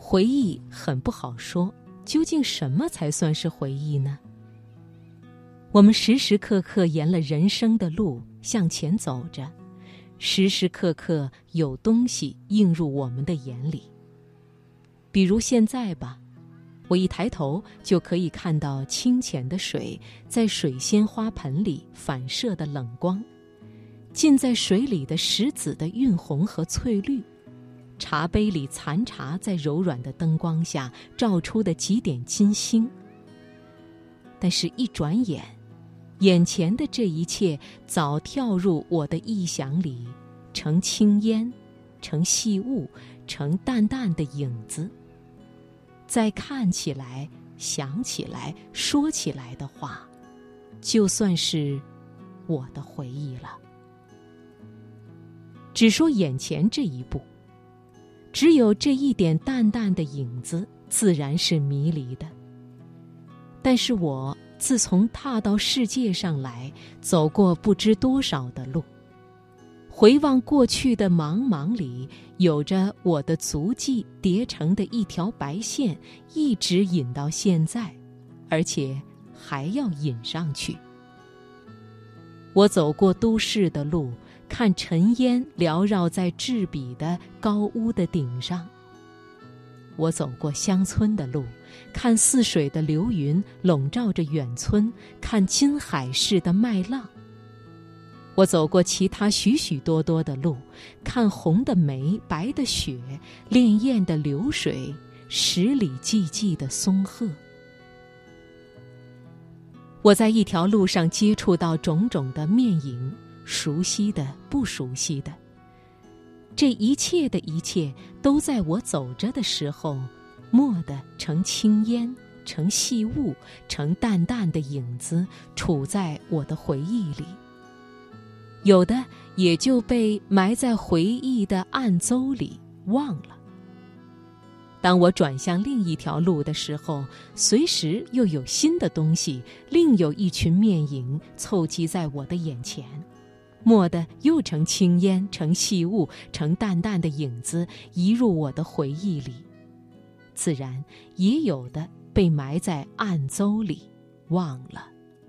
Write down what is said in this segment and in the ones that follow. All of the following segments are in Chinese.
回忆很不好说，究竟什么才算是回忆呢？我们时时刻刻沿了人生的路向前走着，时时刻刻有东西映入我们的眼里。比如现在吧，我一抬头就可以看到清浅的水在水仙花盆里反射的冷光，浸在水里的石子的晕红和翠绿，茶杯里残茶在柔软的灯光下照出的几点金星。但是一转眼，眼前的这一切早跳入我的臆想里，成轻烟，成细雾，成淡淡的影子。再看起来、想起来、说起来的话，就算是我的回忆了。只说眼前这一步，只有这一点淡淡的影子，自然是迷离的。但是我自从踏到世界上来，走过不知多少的路，回望过去的茫茫里，有着我的足迹叠成的一条白线，一直引到现在，而且还要引上去。我走过都市的路，看尘烟缭绕在陟比的高屋的顶上；我走过乡村的路，看似水的流云笼罩着远村，看金海市的麦浪；我走过其他许许多多的路，看红的梅，白的雪，潋滟的流水，十里寂寂的松鹤。我在一条路上接触到种种的面影，熟悉的，不熟悉的。这一切的一切，都在我走着的时候，蓦地成轻烟，成细雾，成淡淡的影子，处在我的回忆里。有的也就被埋在回忆的暗邹里忘了。当我转向另一条路的时候，随时又有新的东西，另有一群面影凑集在我的眼前，蓦地又成轻烟，成细雾，成淡淡的影子，移入我的回忆里。自然也有的被埋在暗邹里忘了。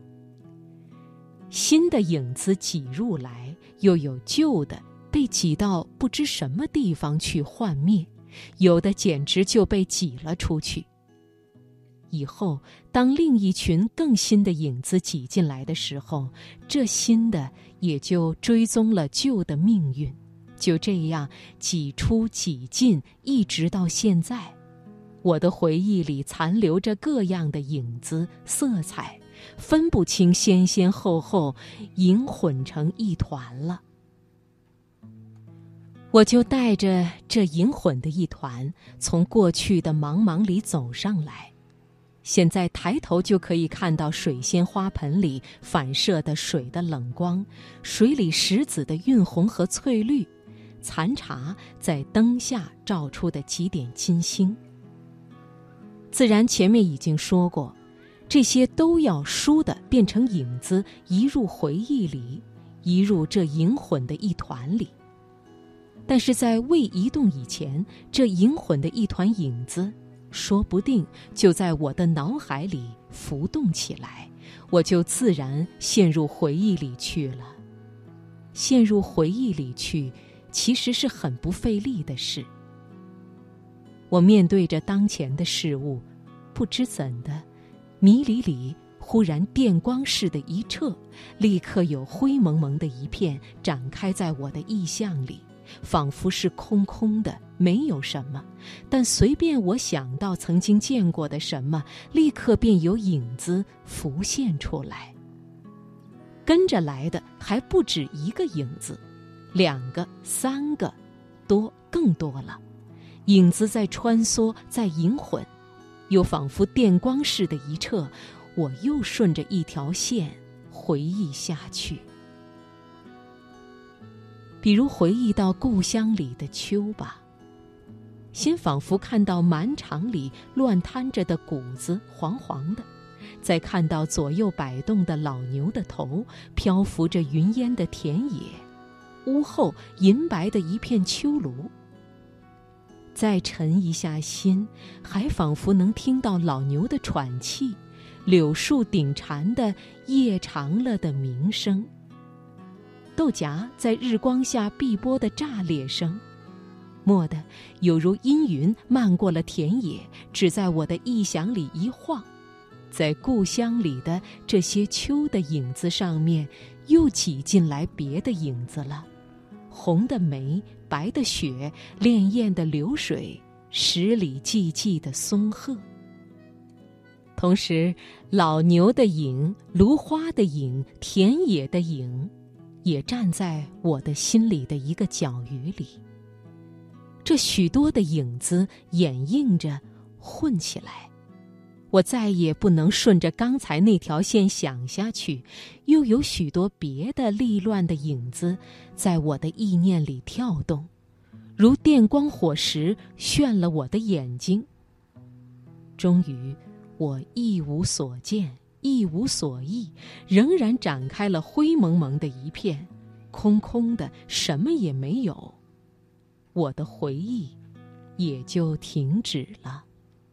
新的影子挤入来，又有旧的被挤到不知什么地方去幻灭，有的简直就被挤了出去。以后当另一群更新的影子挤进来的时候，这新的也就追踪了旧的命运，就这样挤出挤进，一直到现在，我的回忆里残留着各样的影子、色彩，分不清先先后后，影混成一团了。我就带着这影混的一团，从过去的茫茫里走上来。现在抬头就可以看到水仙花盆里反射的水的冷光，水里石子的晕红和翠绿，残茶在灯下照出的几点金星。自然前面已经说过，这些都要倏地变成影子，移入回忆里，移入这影混的一团里。但是在未移动以前，这影混的一团影子说不定就在我的脑海里浮动起来，我就自然陷入回忆里去了。陷入回忆里去，其实是很不费力的事。我面对着当前的事物，不知怎的，迷离里忽然电光似的一撤，立刻有灰蒙蒙的一片展开在我的意象里，仿佛是空空的，没有什么，但随便我想到曾经见过的什么，立刻便有影子浮现出来。跟着来的还不止一个影子，2个、3个，更多了。影子在穿梭，在影混，又仿佛电光似的一撤，我又顺着一条线回忆下去。比如回忆到故乡里的秋吧，先仿佛看到满场里乱摊着的谷子黄黄的，再看到左右摆动的老牛的头，漂浮着云烟的田野，屋后银白的一片秋庐。 再沉一下心，还仿佛能听到老牛的喘气，柳树顶蝉的夜长了的鸣声，豆荚在日光下碧波的炸裂声，蓦地有如阴云漫过了田野，只在我的臆想里一晃，在故乡里的这些秋的影子上面，又挤进来别的影子了，红的梅，白的雪，潋滟的流水，十里寂寂的松鹤。同时，老牛的影，芦花的影，田野的影，也站在我的心里的一个角隅里。这许多的影子掩映着，混起来，我再也不能顺着刚才那条线想下去，又有许多别的利乱的影子在我的意念里跳动，如电光火石炫了我的眼睛。终于我一无所见，一无所忆，仍然展开了灰蒙蒙的一片，空空的，什么也没有，我的回忆也就停止了。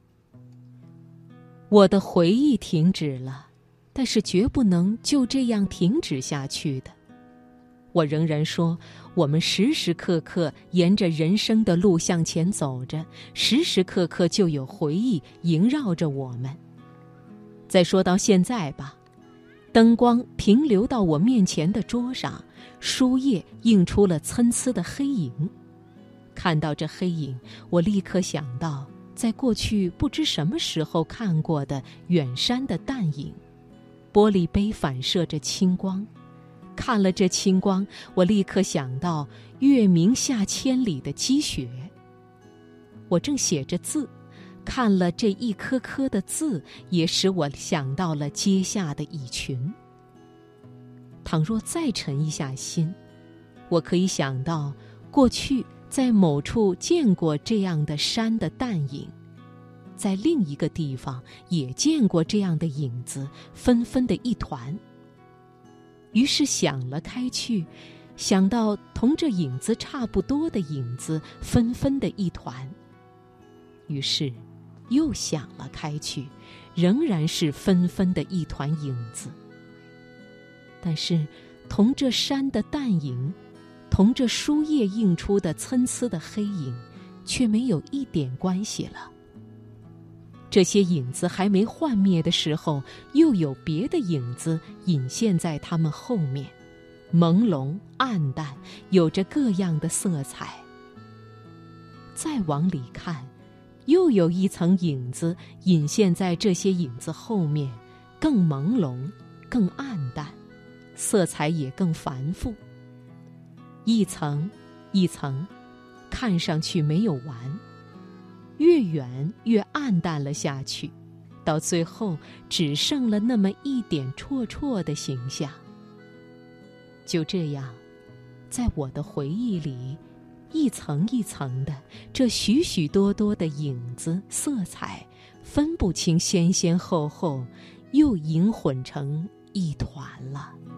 我的回忆停止了，但是绝不能就这样停止下去的。我仍然说，我们时时刻刻沿着人生的路向前走着，时时刻刻就有回忆萦绕着我们。再说到现在吧，灯光停留到我面前的桌上，书页映出了参差的黑影。看到这黑影，我立刻想到在过去不知什么时候看过的远山的淡影，玻璃杯反射着清光。看了这清光，我立刻想到月明下千里的积雪。我正写着字，看了这一颗颗的字，也使我想到了阶下的蚁群。倘若再沉一下心，我可以想到过去在某处见过这样的山的淡影，在另一个地方也见过这样的影子，纷纷的一团。于是想了开去，想到同这影子差不多的影子，纷纷的一团。于是又想了开去，仍然是纷纷的一团影子。但是同这山的淡影，同这书页映出的参差的黑影，却没有一点关系了。这些影子还没幻灭的时候，又有别的影子隐现在它们后面，朦胧暗淡，有着各样的色彩。再往里看，又有一层影子隐现在这些影子后面，更朦胧，更暗淡，色彩也更繁复。一层一层，看上去没有完，越远越暗淡了下去，到最后只剩了那么一点绰绰的形象。就这样，在我的回忆里，一层一层的，这许许多多的影子色彩，分不清先先后后，又萦混成一团了。